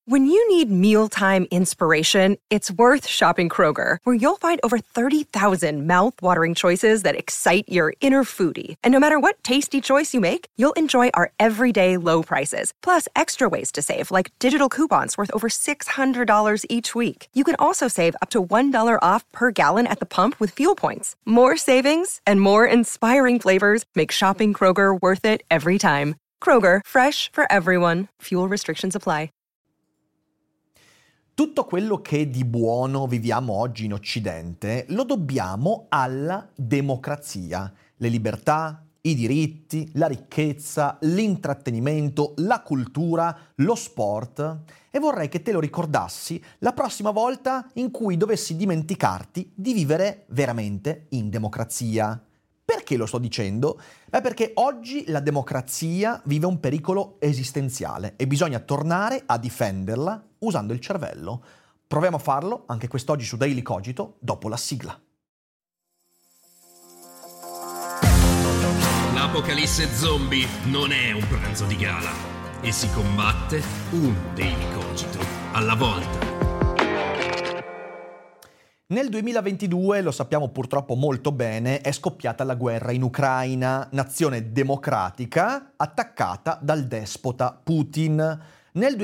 When you need mealtime inspiration, it's worth shopping Kroger, where you'll find over 30,000 mouth-watering choices that excite your inner foodie. And no matter what tasty choice you make, you'll enjoy our everyday low prices, plus extra ways to save, like digital coupons worth over $600 each week. You can also save up to $1 off per gallon at the pump with fuel points. More savings and more inspiring flavors make shopping Kroger worth it every time. Kroger, fresh for everyone. Fuel restrictions apply. Tutto quello che di buono viviamo oggi in Occidente lo dobbiamo alla democrazia. Le libertà, i diritti, la ricchezza, l'intrattenimento, la cultura, lo sport. E vorrei che te lo ricordassi la prossima volta in cui dovessi dimenticarti di vivere veramente in democrazia. Perché lo sto dicendo? Perché oggi la democrazia vive un pericolo esistenziale e bisogna tornare a difenderla usando il cervello. Proviamo a farlo anche quest'oggi su Daily Cogito dopo la sigla. L'apocalisse zombie non è un pranzo di gala e si combatte un Daily Cogito alla volta. Nel 2022, lo sappiamo purtroppo molto bene, è scoppiata la guerra in Ucraina, nazione democratica attaccata dal despota Putin. Nel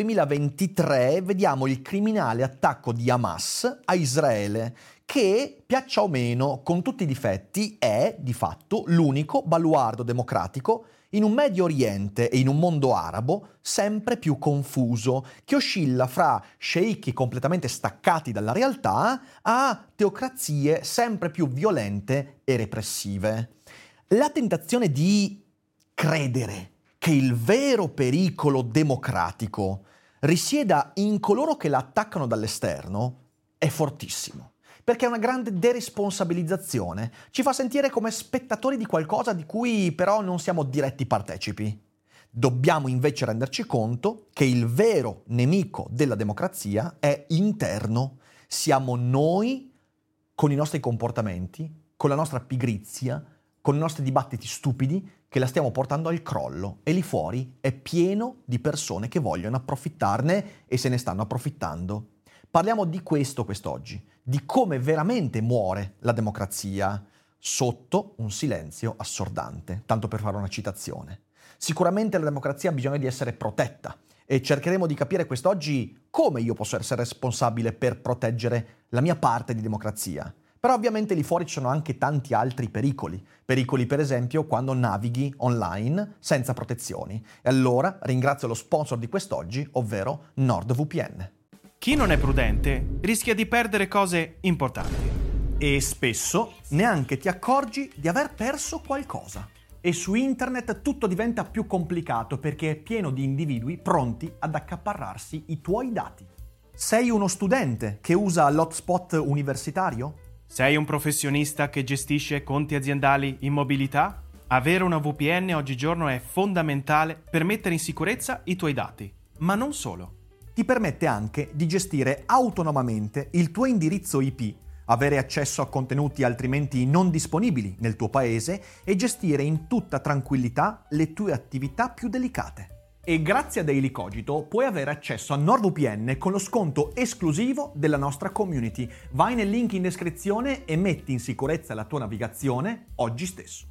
2023 vediamo il criminale attacco di Hamas a Israele, che, piaccia o meno, con tutti i difetti, è di fatto l'unico baluardo democratico in un Medio Oriente e in un mondo arabo sempre più confuso, che oscilla fra sceicchi completamente staccati dalla realtà a teocrazie sempre più violente e repressive. La tentazione di credere che il vero pericolo democratico risieda in coloro che la attaccano dall'esterno è fortissimo. Perché è una grande deresponsabilizzazione, ci fa sentire come spettatori di qualcosa di cui però non siamo diretti partecipi. Dobbiamo invece renderci conto che il vero nemico della democrazia è interno. Siamo noi con i nostri comportamenti, con la nostra pigrizia, con i nostri dibattiti stupidi che la stiamo portando al crollo e lì fuori è pieno di persone che vogliono approfittarne e se ne stanno approfittando. Parliamo di questo quest'oggi, di come veramente muore la democrazia sotto un silenzio assordante, tanto per fare una citazione. Sicuramente la democrazia ha bisogno di essere protetta e cercheremo di capire quest'oggi come io posso essere responsabile per proteggere la mia parte di democrazia. Però ovviamente lì fuori ci sono anche tanti altri pericoli. Pericoli per esempio quando navighi online senza protezioni. E allora ringrazio lo sponsor di quest'oggi, ovvero NordVPN. Chi non è prudente rischia di perdere cose importanti. E spesso neanche ti accorgi di aver perso qualcosa. E su internet tutto diventa più complicato perché è pieno di individui pronti ad accaparrarsi i tuoi dati. Sei uno studente che usa l'hotspot universitario? Sei un professionista che gestisce conti aziendali in mobilità? Avere una VPN oggigiorno è fondamentale per mettere in sicurezza i tuoi dati. Ma non solo. Ti permette anche di gestire autonomamente il tuo indirizzo IP, avere accesso a contenuti altrimenti non disponibili nel tuo paese e gestire in tutta tranquillità le tue attività più delicate. E grazie a Daily Cogito puoi avere accesso a NordVPN con lo sconto esclusivo della nostra community. Vai nel link in descrizione e metti in sicurezza la tua navigazione oggi stesso.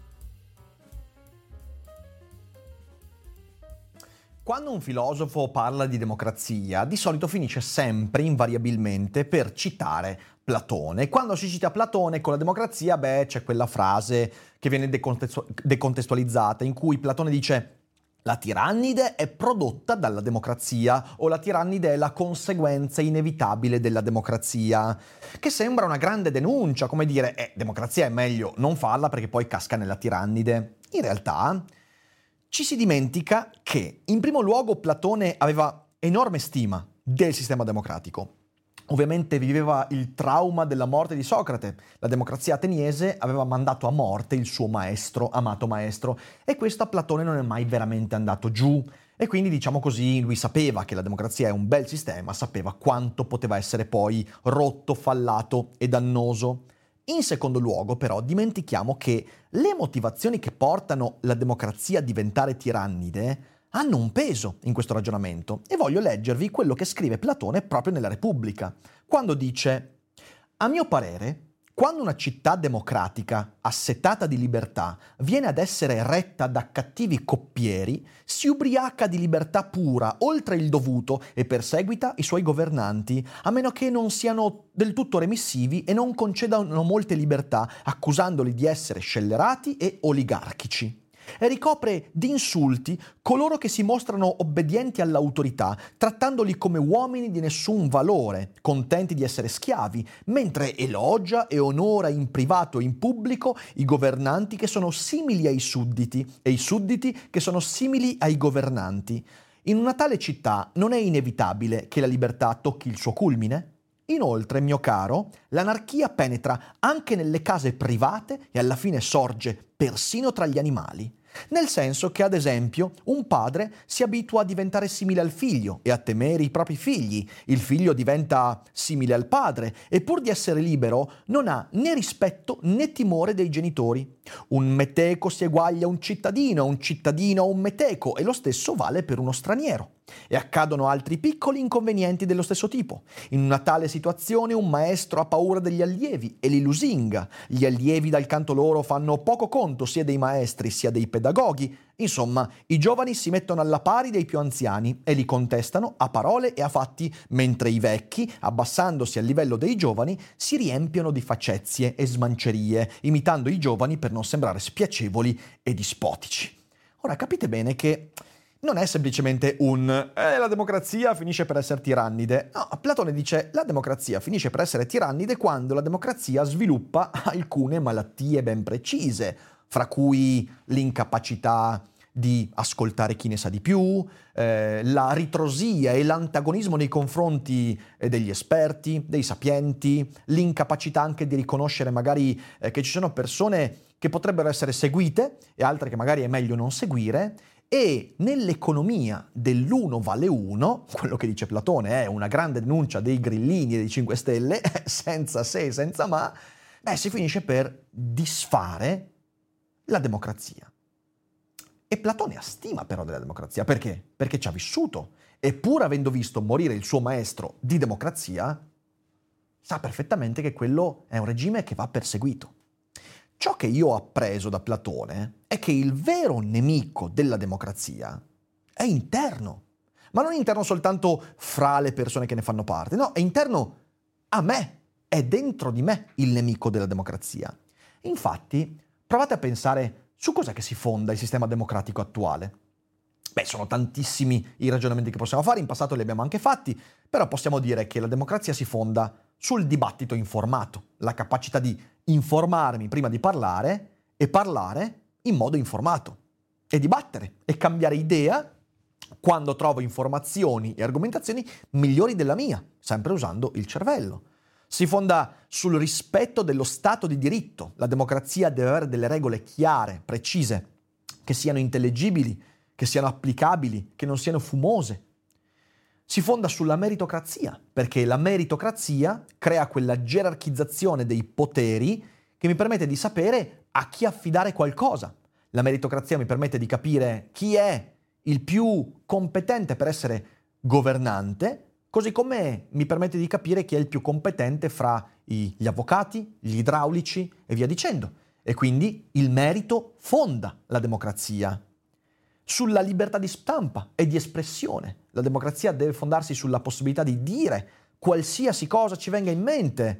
Quando un filosofo parla di democrazia, di solito finisce sempre, invariabilmente, per citare Platone. Quando si cita Platone con la democrazia, c'è quella frase che viene decontestualizzata, in cui Platone dice la tirannide è prodotta dalla democrazia o la tirannide è la conseguenza inevitabile della democrazia, che sembra una grande denuncia, come dire, democrazia è meglio non farla perché poi casca nella tirannide. In realtà ci si dimentica che, in primo luogo, Platone aveva enorme stima del sistema democratico. Ovviamente viveva il trauma della morte di Socrate. La democrazia ateniese aveva mandato a morte il suo maestro, amato maestro, e questo a Platone non è mai veramente andato giù. E quindi, diciamo così, lui sapeva che la democrazia è un bel sistema, sapeva quanto poteva essere poi rotto, fallato e dannoso. In secondo luogo, però, dimentichiamo che le motivazioni che portano la democrazia a diventare tirannide hanno un peso in questo ragionamento e voglio leggervi quello che scrive Platone proprio nella Repubblica, quando dice: a mio parere, quando una città democratica, assetata di libertà, viene ad essere retta da cattivi coppieri, si ubriaca di libertà pura, oltre il dovuto, e perseguita i suoi governanti, a meno che non siano del tutto remissivi e non concedano molte libertà, accusandoli di essere scellerati e oligarchici. E ricopre di insulti coloro che si mostrano obbedienti all'autorità, trattandoli come uomini di nessun valore, contenti di essere schiavi, mentre elogia e onora in privato e in pubblico i governanti che sono simili ai sudditi e i sudditi che sono simili ai governanti. In una tale città non è inevitabile che la libertà tocchi il suo culmine? Inoltre, mio caro, l'anarchia penetra anche nelle case private e alla fine sorge persino tra gli animali. Nel senso che, ad esempio, un padre si abitua a diventare simile al figlio e a temere i propri figli. Il figlio diventa simile al padre e pur di essere libero non ha né rispetto né timore dei genitori. Un meteco si eguaglia a un cittadino a un meteco e lo stesso vale per uno straniero. E accadono altri piccoli inconvenienti dello stesso tipo. In una tale situazione un maestro ha paura degli allievi e li lusinga. Gli allievi dal canto loro fanno poco conto sia dei maestri sia dei pedagoghi. Insomma, i giovani si mettono alla pari dei più anziani e li contestano a parole e a fatti, mentre i vecchi, abbassandosi al livello dei giovani, si riempiono di facezie e smancerie, imitando i giovani per non sembrare spiacevoli e dispotici. Ora capite bene che non è semplicemente la democrazia finisce per essere tirannide. No, Platone dice la democrazia finisce per essere tirannide quando la democrazia sviluppa alcune malattie ben precise, fra cui l'incapacità di ascoltare chi ne sa di più, la ritrosia e l'antagonismo nei confronti degli esperti, dei sapienti, l'incapacità anche di riconoscere magari che ci sono persone che potrebbero essere seguite e altre che magari è meglio non seguire. E nell'economia dell'uno vale uno, quello che dice Platone è una grande denuncia dei grillini e dei 5 Stelle, senza se e senza ma, si finisce per disfare la democrazia. E Platone ha stima però della democrazia. Perché? Perché ci ha vissuto. E pur avendo visto morire il suo maestro di democrazia, sa perfettamente che quello è un regime che va perseguito. Ciò che io ho appreso da Platone è che il vero nemico della democrazia è interno, ma non interno soltanto fra le persone che ne fanno parte, no, è interno a me, è dentro di me il nemico della democrazia. Infatti, provate a pensare su cos'è che si fonda il sistema democratico attuale. Sono tantissimi i ragionamenti che possiamo fare, in passato li abbiamo anche fatti, però possiamo dire che la democrazia si fonda sul dibattito informato, la capacità di informarmi prima di parlare e parlare in modo informato e dibattere e cambiare idea quando trovo informazioni e argomentazioni migliori della mia, sempre usando il cervello. Si fonda sul rispetto dello Stato di diritto. La democrazia deve avere delle regole chiare, precise, che siano intellegibili, che siano applicabili, che non siano fumose. Si fonda sulla meritocrazia, perché la meritocrazia crea quella gerarchizzazione dei poteri che mi permette di sapere a chi affidare qualcosa. La meritocrazia mi permette di capire chi è il più competente per essere governante, così come mi permette di capire chi è il più competente fra gli avvocati, gli idraulici e via dicendo. E quindi il merito fonda la democrazia. Sulla libertà di stampa e di espressione. La democrazia deve fondarsi sulla possibilità di dire qualsiasi cosa ci venga in mente,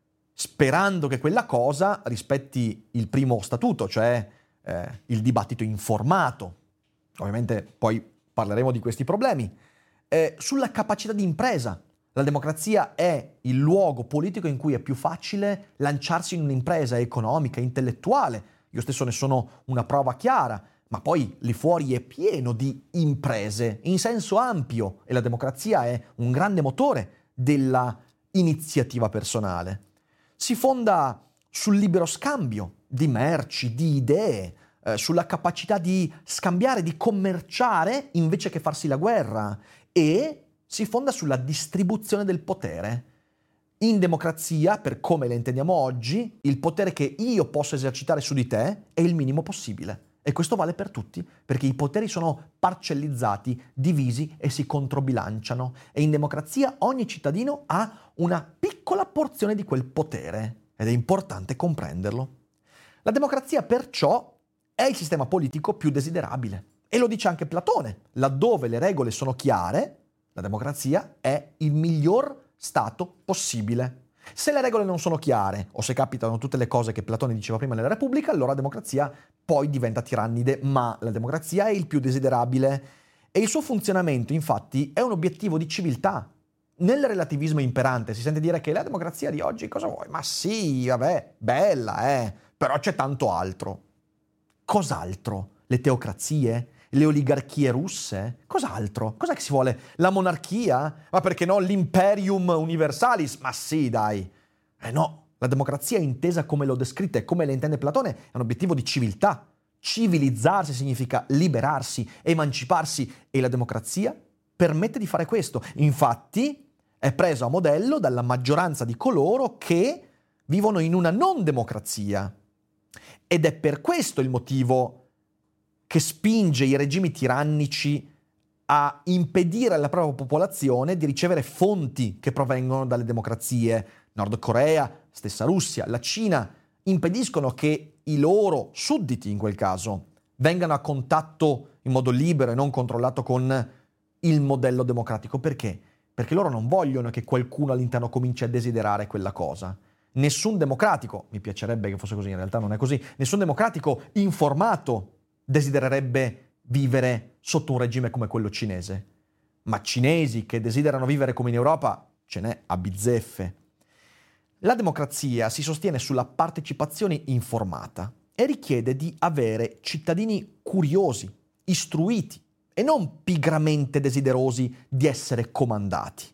sperando che quella cosa rispetti il primo statuto, cioè il dibattito informato. Ovviamente poi parleremo di questi problemi. Sulla capacità di impresa. La democrazia è il luogo politico in cui è più facile lanciarsi in un'impresa economica, intellettuale. Io stesso ne sono una prova chiara. Ma poi lì fuori è pieno di imprese in senso ampio e la democrazia è un grande motore della iniziativa personale. Si fonda sul libero scambio di merci, di idee, sulla capacità di scambiare, di commerciare invece che farsi la guerra e si fonda sulla distribuzione del potere. In democrazia, per come la intendiamo oggi, il potere che io posso esercitare su di te è il minimo possibile. E questo vale per tutti, perché i poteri sono parcellizzati, divisi e si controbilanciano. E in democrazia ogni cittadino ha una piccola porzione di quel potere. Ed è importante comprenderlo. La democrazia perciò è il sistema politico più desiderabile. E lo dice anche Platone. Laddove le regole sono chiare, la democrazia è il miglior stato possibile. Se le regole non sono chiare, o se capitano tutte le cose che Platone diceva prima nella Repubblica, allora la democrazia poi diventa tirannide, ma la democrazia è il più desiderabile. E il suo funzionamento, infatti, è un obiettivo di civiltà. Nel relativismo imperante si sente dire che la democrazia di oggi cosa vuoi? Ma sì, vabbè, bella, però c'è tanto altro. Cos'altro? Le teocrazie? Le oligarchie russe? Cos'altro? Cos'è che si vuole? La monarchia? Ma perché no? L'imperium universalis? Ma sì, dai. No, la democrazia intesa come l'ho descritta e come la intende Platone è un obiettivo di civiltà. Civilizzarsi significa liberarsi, emanciparsi e la democrazia permette di fare questo. Infatti è presa a modello dalla maggioranza di coloro che vivono in una non democrazia. Ed è per questo il motivo che spinge i regimi tirannici a impedire alla propria popolazione di ricevere fonti che provengono dalle democrazie. Nord Corea, stessa Russia, la Cina impediscono che i loro sudditi, in quel caso, vengano a contatto in modo libero e non controllato con il modello democratico. Perché? Perché loro non vogliono che qualcuno all'interno cominci a desiderare quella cosa. Nessun democratico, mi piacerebbe che fosse così, in realtà non è così, nessun democratico informato desidererebbe vivere sotto un regime come quello cinese. Ma cinesi che desiderano vivere come in Europa ce n'è a bizzeffe. La democrazia si sostiene sulla partecipazione informata e richiede di avere cittadini curiosi, istruiti e non pigramente desiderosi di essere comandati.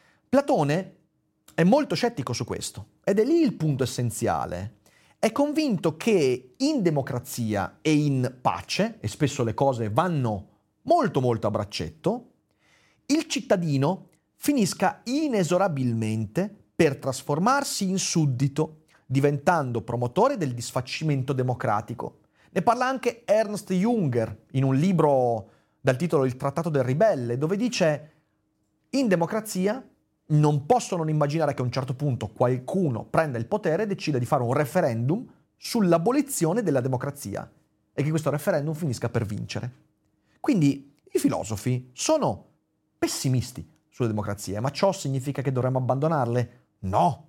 Platone è molto scettico su questo ed è lì il punto essenziale. È convinto che in democrazia e in pace, e spesso le cose vanno molto molto a braccetto, il cittadino finisca inesorabilmente per trasformarsi in suddito, diventando promotore del disfacimento democratico. Ne parla anche Ernst Junger in un libro dal titolo Il Trattato del Ribelle, dove dice: in democrazia non posso non immaginare che a un certo punto qualcuno prenda il potere e decida di fare un referendum sull'abolizione della democrazia e che questo referendum finisca per vincere. Quindi i filosofi sono pessimisti sulle democrazie, ma ciò significa che dovremmo abbandonarle? No.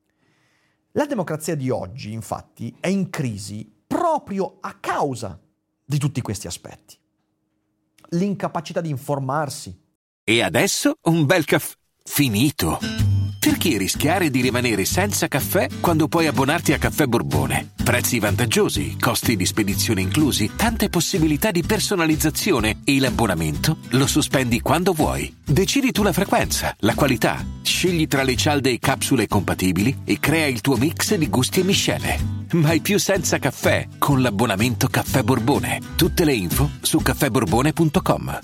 La democrazia di oggi, infatti, è in crisi proprio a causa di tutti questi aspetti. L'incapacità di informarsi. E adesso un bel caffè finito. Perché rischiare di rimanere senza caffè quando puoi abbonarti a Caffè Borbone? Prezzi vantaggiosi, costi di spedizione inclusi, tante possibilità di personalizzazione e l'abbonamento lo sospendi quando vuoi. Decidi tu la frequenza, la qualità, scegli tra le cialde e capsule compatibili e crea il tuo mix di gusti e miscele. Mai più senza caffè con l'abbonamento Caffè Borbone. Tutte le info su caffèborbone.com.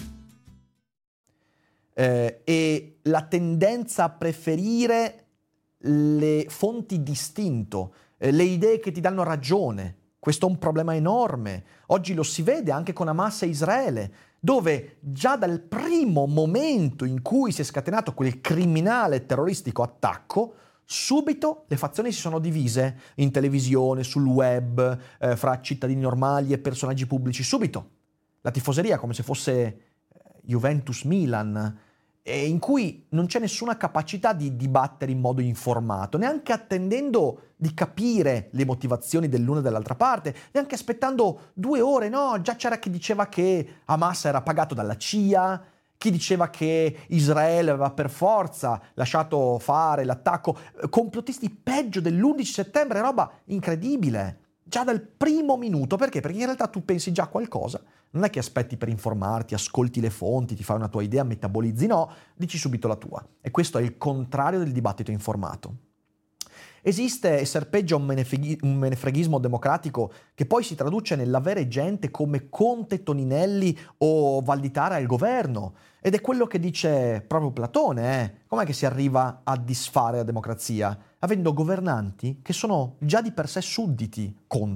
E la tendenza a preferire le fonti d'istinto, le idee che ti danno ragione. Questo è un problema enorme. Oggi lo si vede anche con Hamas e Israele, dove già dal primo momento in cui si è scatenato quel criminale terroristico attacco, subito le fazioni si sono divise in televisione, sul web, fra cittadini normali e personaggi pubblici. Subito. La tifoseria come se fosse Juventus-Milan, e in cui non c'è nessuna capacità di dibattere in modo informato, neanche attendendo di capire le motivazioni dell'una e dell'altra parte, neanche aspettando 2 ore, no, già c'era chi diceva che Hamas era pagato dalla CIA, chi diceva che Israele aveva per forza lasciato fare l'attacco, complottisti peggio dell'11 settembre, roba incredibile, già dal primo minuto. Perché? Perché in realtà tu pensi già qualcosa. Non è che aspetti per informarti, ascolti le fonti, ti fai una tua idea, metabolizzi, no, dici subito la tua. E questo è il contrario del dibattito informato. Esiste e serpeggia un menefreghismo democratico che poi si traduce nell'avere gente come Conte, Toninelli o Valditara al governo. Ed è quello che dice proprio Platone, Com'è che si arriva a disfare la democrazia? Avendo governanti che sono già di per sé sudditi. Conte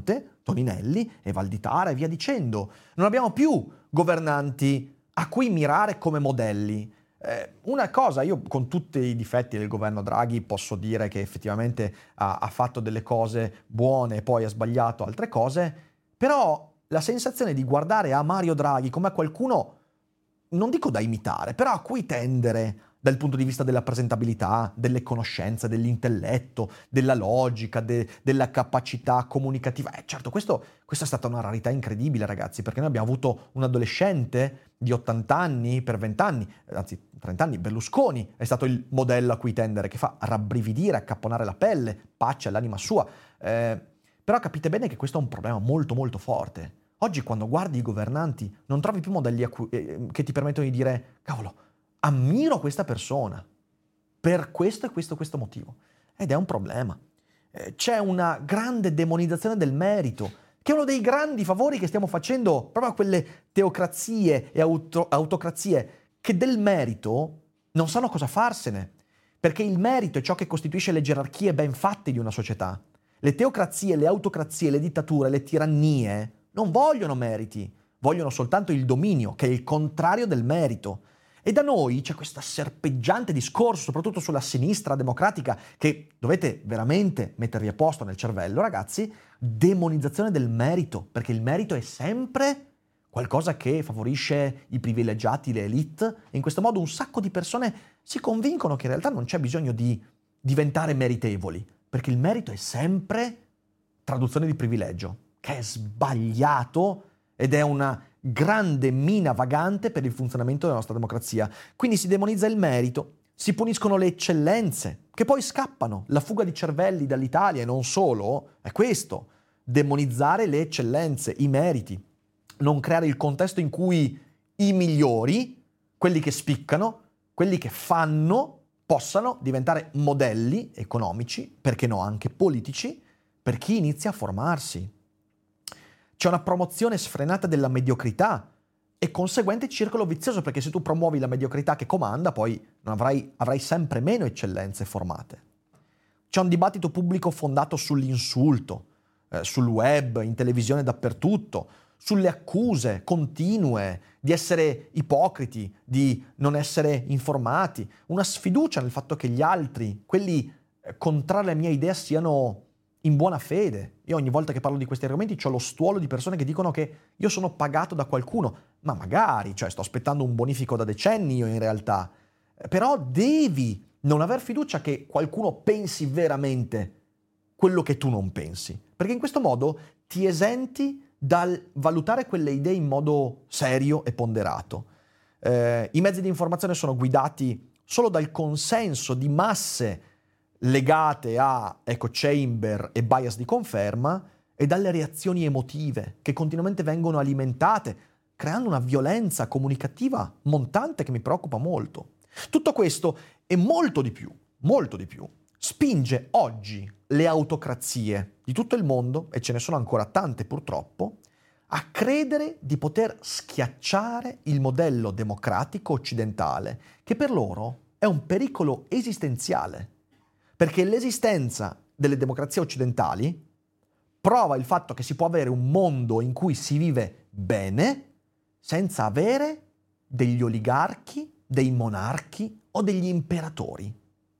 Toninelli e Valditara e via dicendo. Non abbiamo più governanti a cui mirare come modelli. Una cosa, io con tutti i difetti del governo Draghi posso dire che effettivamente ha fatto delle cose buone e poi ha sbagliato altre cose, però la sensazione di guardare a Mario Draghi come a qualcuno, non dico da imitare, però a cui tendere dal punto di vista della presentabilità, delle conoscenze, dell'intelletto, della logica, della capacità comunicativa. Certo, questa è stata una rarità incredibile, ragazzi, perché noi abbiamo avuto un adolescente di 80 anni per 20 anni, anzi 30 anni, Berlusconi è stato il modello a cui tendere, che fa rabbrividire, accapponare la pelle, pace all'anima sua. Però capite bene che questo è un problema molto molto forte. Oggi quando guardi i governanti non trovi più modelli che ti permettono di dire «Cavolo, ammiro questa persona per questo e questo motivo». Ed è un problema. C'è una grande demonizzazione del merito, che è uno dei grandi favori che stiamo facendo proprio a quelle teocrazie e autocrazie che del merito non sanno cosa farsene, perché il merito è ciò che costituisce le gerarchie ben fatte di una società. Le teocrazie, le autocrazie, le dittature, le tirannie non vogliono meriti, vogliono soltanto il dominio, che è il contrario del merito. E da noi c'è questo serpeggiante discorso, soprattutto sulla sinistra democratica, che dovete veramente mettervi a posto nel cervello, ragazzi, demonizzazione del merito, perché il merito è sempre qualcosa che favorisce i privilegiati, le elite, e in questo modo un sacco di persone si convincono che in realtà non c'è bisogno di diventare meritevoli, perché il merito è sempre traduzione di privilegio, che è sbagliato ed è una grande mina vagante per il funzionamento della nostra democrazia. Quindi si demonizza il merito, si puniscono le eccellenze, che poi scappano. La fuga di cervelli dall'Italia, e non solo, è questo: demonizzare le eccellenze, i meriti, non creare il contesto in cui i migliori, quelli che spiccano, quelli che fanno, possano diventare modelli economici, perché no anche politici, per chi inizia a formarsi. C'è una promozione sfrenata della mediocrità e conseguente circolo vizioso, perché se tu promuovi la mediocrità che comanda, poi non avrai sempre meno eccellenze formate. C'è un dibattito pubblico fondato sull'insulto, sul web, in televisione dappertutto, sulle accuse continue di essere ipocriti, di non essere informati, una sfiducia nel fatto che gli altri, quelli contrari alla mia idea, siano in buona fede. Io ogni volta che parlo di questi argomenti ho lo stuolo di persone che dicono che io sono pagato da qualcuno, ma magari, sto aspettando un bonifico da decenni io in realtà, però devi non aver fiducia che qualcuno pensi veramente quello che tu non pensi, perché in questo modo ti esenti dal valutare quelle idee in modo serio e ponderato. I mezzi di informazione sono guidati solo dal consenso di masse legate a echo chamber e bias di conferma e dalle reazioni emotive che continuamente vengono alimentate, creando una violenza comunicativa montante che mi preoccupa molto. Tutto questo e molto di più, spinge oggi le autocrazie di tutto il mondo, e ce ne sono ancora tante purtroppo, a credere di poter schiacciare il modello democratico occidentale, che per loro è un pericolo esistenziale. Perché l'esistenza delle democrazie occidentali prova il fatto che si può avere un mondo in cui si vive bene senza avere degli oligarchi, dei monarchi o degli imperatori.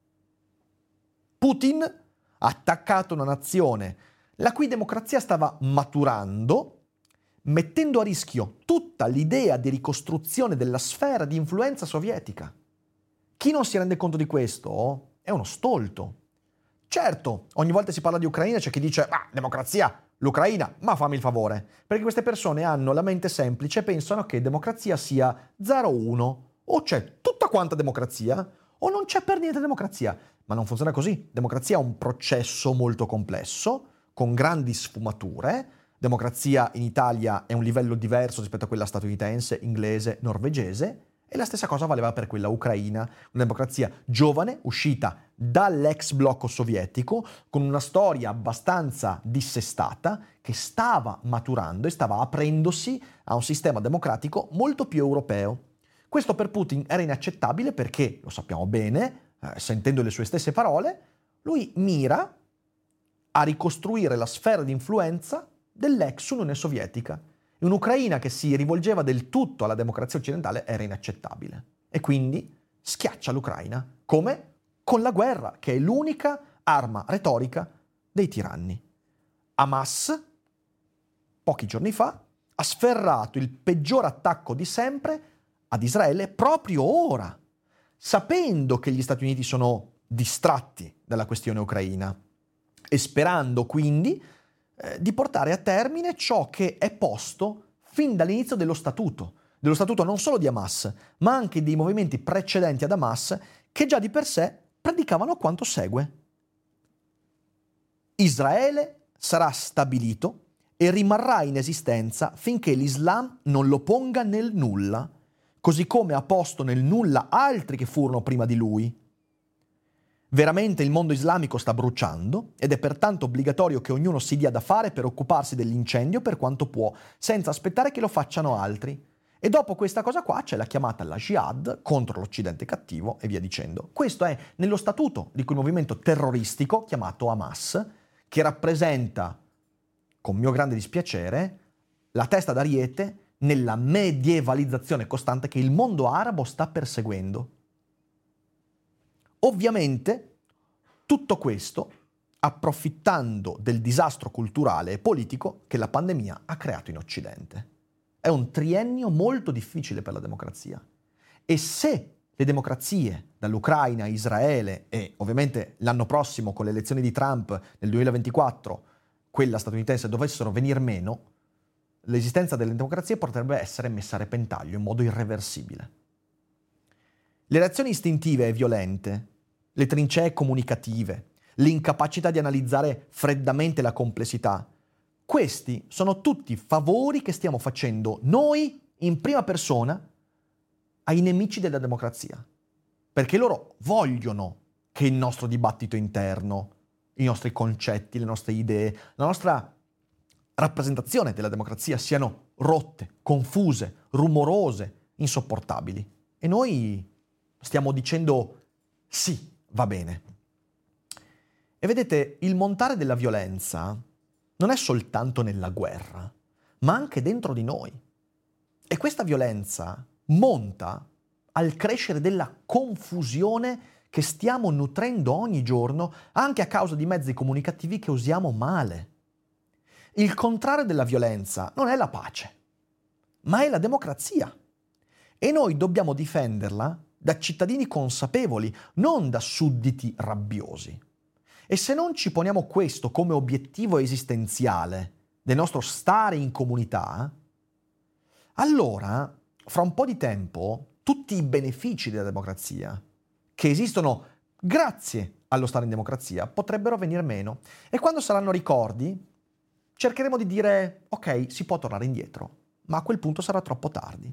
Putin ha attaccato una nazione la cui democrazia stava maturando, mettendo a rischio tutta l'idea di ricostruzione della sfera di influenza sovietica. Chi non si rende conto di questo è uno stolto. Certo, ogni volta si parla di Ucraina c'è chi dice democrazia, l'Ucraina, ma fammi il favore, perché queste persone hanno la mente semplice e pensano che democrazia sia 0-1, o c'è tutta quanta democrazia o non c'è per niente democrazia, ma non funziona così. Democrazia è un processo molto complesso, con grandi sfumature. Democrazia in Italia è un livello diverso rispetto a quella statunitense, inglese, norvegese, e la stessa cosa valeva per quella ucraina, una democrazia giovane, uscita dall'ex blocco sovietico, con una storia abbastanza dissestata, che stava maturando e stava aprendosi a un sistema democratico molto più europeo. Questo per Putin era inaccettabile perché, lo sappiamo bene, sentendo le sue stesse parole, lui mira a ricostruire la sfera di influenza dell'ex Unione Sovietica. E un'Ucraina che si rivolgeva del tutto alla democrazia occidentale era inaccettabile. E quindi schiaccia l'Ucraina. Come? Con la guerra, che è l'unica arma retorica dei tiranni. Hamas, pochi giorni fa, ha sferrato il peggior attacco di sempre ad Israele proprio ora, sapendo che gli Stati Uniti sono distratti dalla questione ucraina e sperando quindi di portare a termine ciò che è posto fin dall'inizio dello statuto non solo di Hamas, ma anche dei movimenti precedenti ad Hamas, che già di per sé predicavano quanto segue. Israele sarà stabilito e rimarrà in esistenza finché l'Islam non lo ponga nel nulla, così come ha posto nel nulla altri che furono prima di lui. Veramente il mondo islamico sta bruciando ed è pertanto obbligatorio che ognuno si dia da fare per occuparsi dell'incendio per quanto può, senza aspettare che lo facciano altri. E dopo questa cosa qua c'è la chiamata alla jihad contro l'Occidente cattivo e via dicendo. Questo è nello statuto di quel movimento terroristico chiamato Hamas, che rappresenta, con mio grande dispiacere, la testa d'ariete nella medievalizzazione costante che il mondo arabo sta perseguendo. Ovviamente tutto questo approfittando del disastro culturale e politico che la pandemia ha creato in Occidente. È un triennio molto difficile per la democrazia. E se le democrazie, dall'Ucraina a Israele e ovviamente l'anno prossimo con le elezioni di Trump nel 2024, quella statunitense, dovessero venir meno, l'esistenza delle democrazie potrebbe essere messa a repentaglio in modo irreversibile. Le reazioni istintive e violente, le trincee comunicative, l'incapacità di analizzare freddamente la complessità, questi sono tutti favori che stiamo facendo noi in prima persona ai nemici della democrazia, perché loro vogliono che il nostro dibattito interno, i nostri concetti, le nostre idee, la nostra rappresentazione della democrazia siano rotte, confuse, rumorose, insopportabili. E noi stiamo dicendo sì, va bene. E vedete, il montare della violenza non è soltanto nella guerra, ma anche dentro di noi. E questa violenza monta al crescere della confusione che stiamo nutrendo ogni giorno anche a causa di mezzi comunicativi che usiamo male. Il contrario della violenza non è la pace, ma è la democrazia. E noi dobbiamo difenderla da cittadini consapevoli, non da sudditi rabbiosi. E se non ci poniamo questo come obiettivo esistenziale del nostro stare in comunità, allora, fra un po' di tempo, tutti i benefici della democrazia, che esistono grazie allo stare in democrazia, potrebbero venire meno. E quando saranno ricordi, cercheremo di dire, ok, si può tornare indietro, ma a quel punto sarà troppo tardi.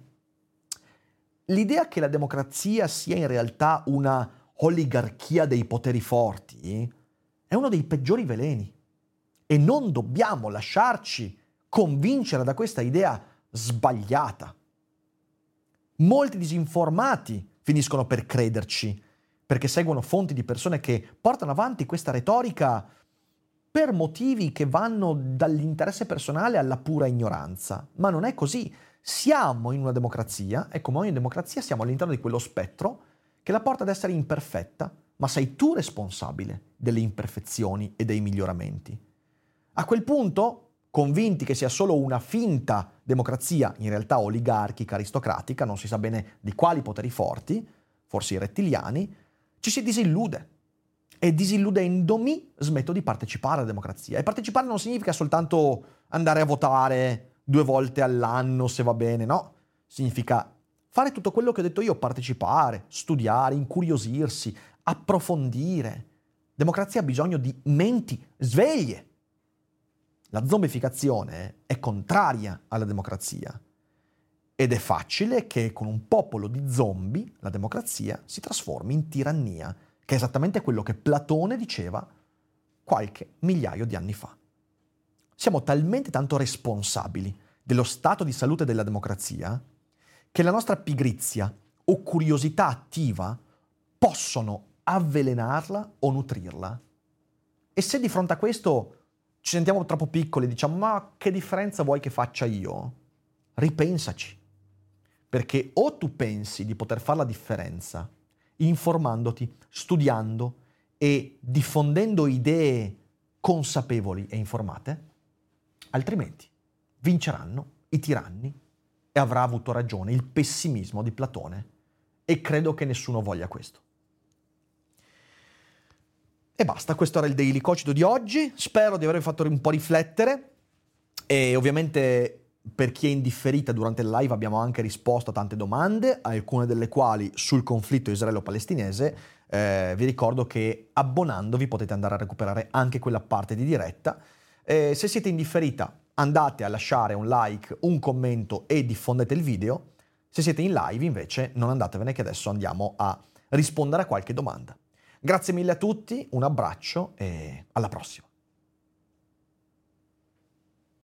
L'idea che la democrazia sia in realtà una oligarchia dei poteri forti è uno dei peggiori veleni e non dobbiamo lasciarci convincere da questa idea sbagliata. Molti disinformati finiscono per crederci perché seguono fonti di persone che portano avanti questa retorica per motivi che vanno dall'interesse personale alla pura ignoranza. Ma non è così. Siamo in una democrazia e come ogni democrazia siamo all'interno di quello spettro che la porta ad essere imperfetta, ma sei tu responsabile delle imperfezioni e dei miglioramenti. A quel punto, convinti che sia solo una finta democrazia, in realtà oligarchica, aristocratica, non si sa bene di quali poteri forti, forse i rettiliani, ci si disillude. E disilludendomi smetto di partecipare alla democrazia. E partecipare non significa soltanto andare a votare 2 volte all'anno se va bene, no. Significa fare tutto quello che ho detto io, partecipare, studiare, incuriosirsi, approfondire. Democrazia ha bisogno di menti sveglie. La zombificazione è contraria alla democrazia ed è facile che con un popolo di zombie la democrazia si trasformi in tirannia, che è esattamente quello che Platone diceva qualche migliaio di anni fa. Siamo talmente tanto responsabili dello stato di salute della democrazia che la nostra pigrizia o curiosità attiva possono avvelenarla o nutrirla. E se di fronte a questo ci sentiamo troppo piccoli, diciamo ma che differenza vuoi che faccia io? Ripensaci, perché o tu pensi di poter fare la differenza informandoti, studiando e diffondendo idee consapevoli e informate, altrimenti vinceranno i tiranni e avrà avuto ragione il pessimismo di Platone, e credo che nessuno voglia questo. E basta, questo era il Daily Cogito di oggi, spero di avervi fatto un po' riflettere, e ovviamente per chi è in differita durante il live abbiamo anche risposto a tante domande, alcune delle quali sul conflitto israelo-palestinese. Vi ricordo che abbonandovi potete andare a recuperare anche quella parte di diretta. Se siete in differita andate a lasciare un like, un commento e diffondete il video. Se siete in live invece non andatevene, che adesso andiamo a rispondere a qualche domanda. Grazie mille a tutti, un abbraccio e alla prossima.